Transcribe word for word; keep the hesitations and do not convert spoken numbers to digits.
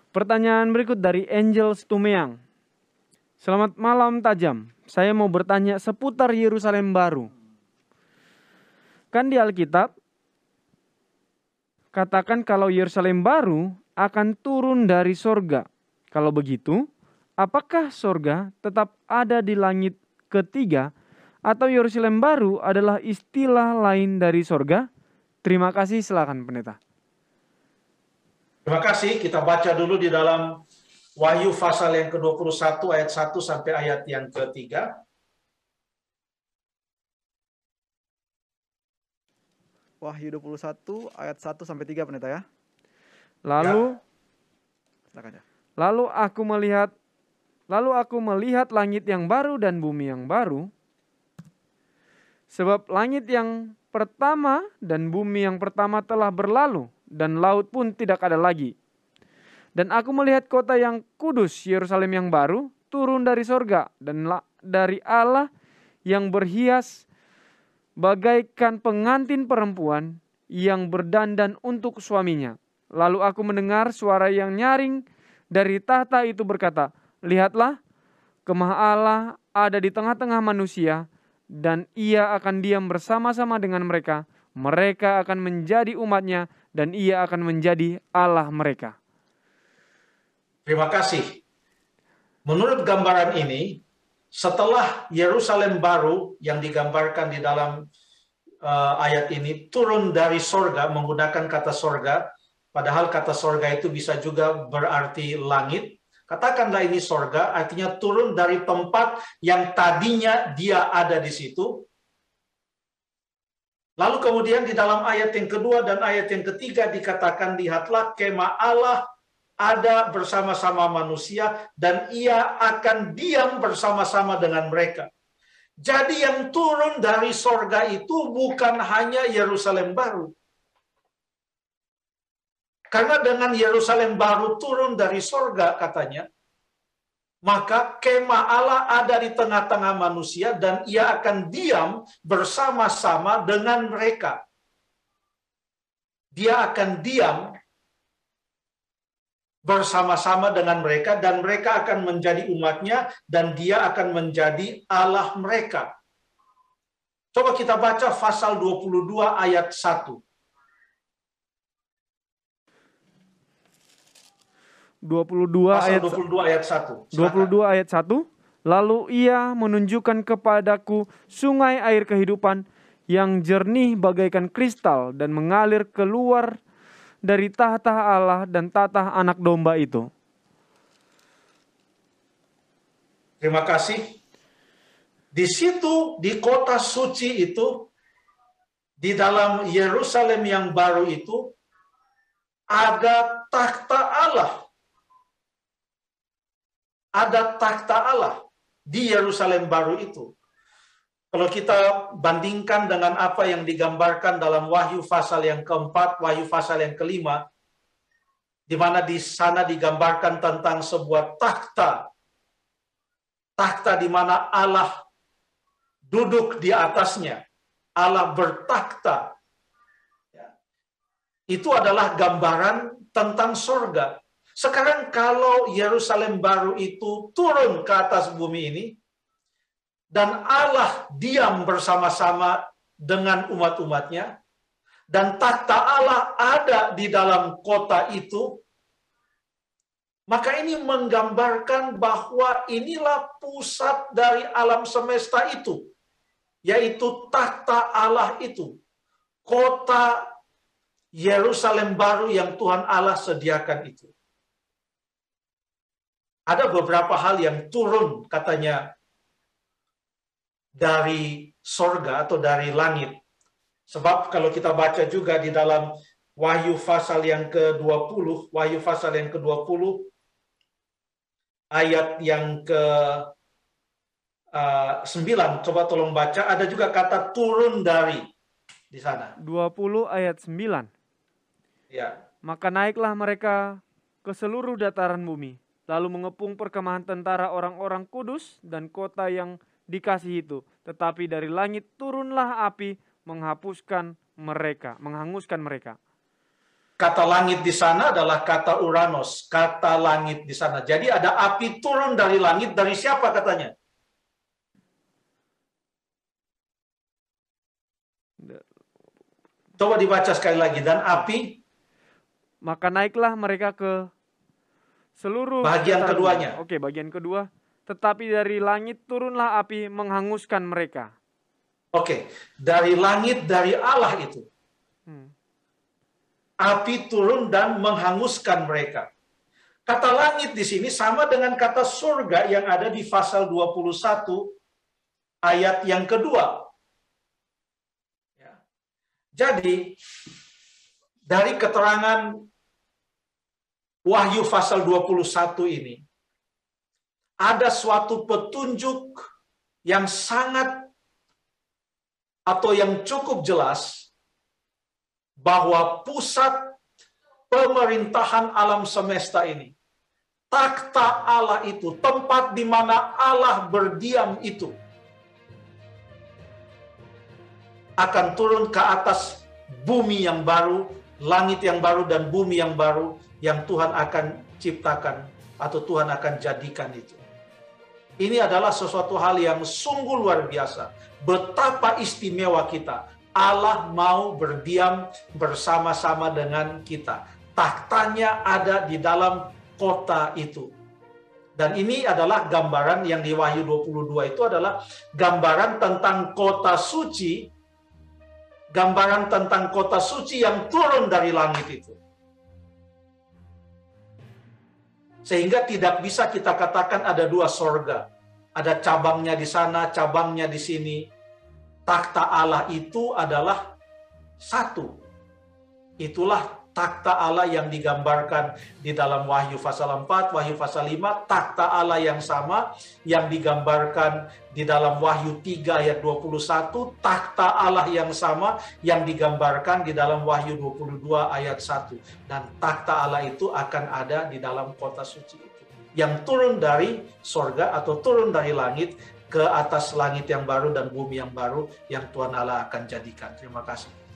Pertanyaan berikut dari Angel Stumeang. Selamat malam tajam. Saya mau bertanya seputar Yerusalem baru. Kan di Alkitab katakan kalau Yerusalem baru akan turun dari sorga. Kalau begitu, apakah sorga tetap ada di langit ketiga atau Yerusalem baru adalah istilah lain dari sorga? Terima kasih, silakan pendeta. Terima kasih. Kita baca dulu di dalam Wahyu pasal yang ke dua puluh satu ayat satu sampai ayat yang ketiga. Wahyu dua puluh satu ayat satu sampai tiga pendeta ya. Lalu Silakan ya. Lalu aku melihat lalu aku melihat langit yang baru dan bumi yang baru. Sebab langit yang pertama dan bumi yang pertama telah berlalu dan laut pun tidak ada lagi. Dan aku melihat kota yang kudus, Yerusalem yang baru, turun dari sorga dan dari Allah yang berhias bagaikan pengantin perempuan yang berdandan untuk suaminya. Lalu aku mendengar suara yang nyaring dari tahta itu berkata, lihatlah, kemah Allah ada di tengah-tengah manusia, dan ia akan diam bersama-sama dengan mereka. Mereka akan menjadi umatnya, dan ia akan menjadi Allah mereka. Terima kasih. Menurut gambaran ini, setelah Yerusalem baru yang digambarkan di dalam uh, ayat ini turun dari sorga, menggunakan kata sorga, padahal kata sorga itu bisa juga berarti langit. Katakanlah ini sorga, artinya turun dari tempat yang tadinya dia ada di situ. Lalu kemudian di dalam ayat yang kedua dan ayat yang ketiga dikatakan, lihatlah kemah Allah ada bersama-sama manusia dan ia akan diam bersama-sama dengan mereka. Jadi yang turun dari sorga itu bukan hanya Yerusalem baru. Karena dengan Yerusalem baru turun dari sorga katanya, maka kemah Allah ada di tengah-tengah manusia dan ia akan diam bersama-sama dengan mereka. Dia akan diam bersama-sama dengan mereka dan mereka akan menjadi umatnya dan dia akan menjadi Allah mereka. Coba kita baca pasal dua puluh dua ayat satu. dua puluh dua Pasal ayat dua puluh dua ayat satu. Silakan. dua puluh dua ayat satu. Lalu ia menunjukkan kepadaku sungai air kehidupan yang jernih bagaikan kristal dan mengalir keluar dari tahta Allah dan tahta anak domba itu. Terima kasih. Di situ, di kota suci itu, di dalam Yerusalem yang baru itu, ada takhta Allah. Ada takhta Allah di Yerusalem baru itu. Kalau kita bandingkan dengan apa yang digambarkan dalam Wahyu pasal yang keempat, Wahyu pasal yang kelima, di mana di sana digambarkan tentang sebuah takhta, takhta di mana Allah duduk di atasnya, Allah bertakhta. Itu adalah gambaran tentang surga. Sekarang kalau Yerusalem baru itu turun ke atas bumi ini, dan Allah diam bersama-sama dengan umat-umatnya, dan takhta Allah ada di dalam kota itu, maka ini menggambarkan bahwa inilah pusat dari alam semesta itu, yaitu takhta Allah itu, kota Yerusalem baru yang Tuhan Allah sediakan itu. Ada beberapa hal yang turun katanya dari sorga atau dari langit. Sebab kalau kita baca juga di dalam Wahyu pasal yang ke dua puluh, Wahyu pasal yang ke dua puluh, ayat yang ke uh, sembilan, coba tolong baca, ada juga kata turun dari di sana. dua puluh ayat sembilan. Ya. Maka naiklah mereka ke seluruh dataran bumi, lalu mengepung perkemahan tentara orang-orang kudus dan kota yang dikasih itu. Tetapi dari langit turunlah api menghapuskan mereka, menghanguskan mereka. Kata langit di sana adalah kata Uranos, kata langit di sana. Jadi ada api turun dari langit, dari siapa katanya? Coba dibaca sekali lagi. Dan api, maka naiklah mereka ke seluruh bagian dataran keduanya. bumi. Oke, bagian kedua. Tetapi dari langit turunlah api menghanguskan mereka. Oke, dari langit, dari Allah itu. Hmm. Api turun dan menghanguskan mereka. Kata langit di sini sama dengan kata surga yang ada di pasal dua puluh satu ayat yang kedua. Ya. Jadi, dari keterangan Wahyu pasal dua puluh satu ini, ada suatu petunjuk yang sangat atau yang cukup jelas bahwa pusat pemerintahan alam semesta ini, takhta Allah itu, tempat di mana Allah berdiam itu, akan turun ke atas bumi yang baru, langit yang baru dan bumi yang baru yang Tuhan akan ciptakan atau Tuhan akan jadikan itu. Ini adalah sesuatu hal yang sungguh luar biasa. Betapa istimewa kita. Allah mau berdiam bersama-sama dengan kita. Tahtanya ada di dalam kota itu. Dan ini adalah gambaran yang di Wahyu dua puluh dua itu adalah gambaran tentang kota suci. Gambaran tentang kota suci yang turun dari langit itu. Sehingga tidak bisa kita katakan ada dua sorga. Ada cabangnya di sana, cabangnya di sini. Takhta Allah itu adalah satu. Itulah takhta Allah yang digambarkan di dalam Wahyu pasal empat, Wahyu pasal lima. Takhta Allah yang sama yang digambarkan di dalam Wahyu tiga ayat dua puluh satu. Takhta Allah yang sama yang digambarkan di dalam Wahyu dua puluh dua ayat satu. Dan takhta Allah itu akan ada di dalam kota suci itu. Yang turun dari sorga atau turun dari langit ke atas langit yang baru dan bumi yang baru yang Tuhan Allah akan jadikan. Terima kasih.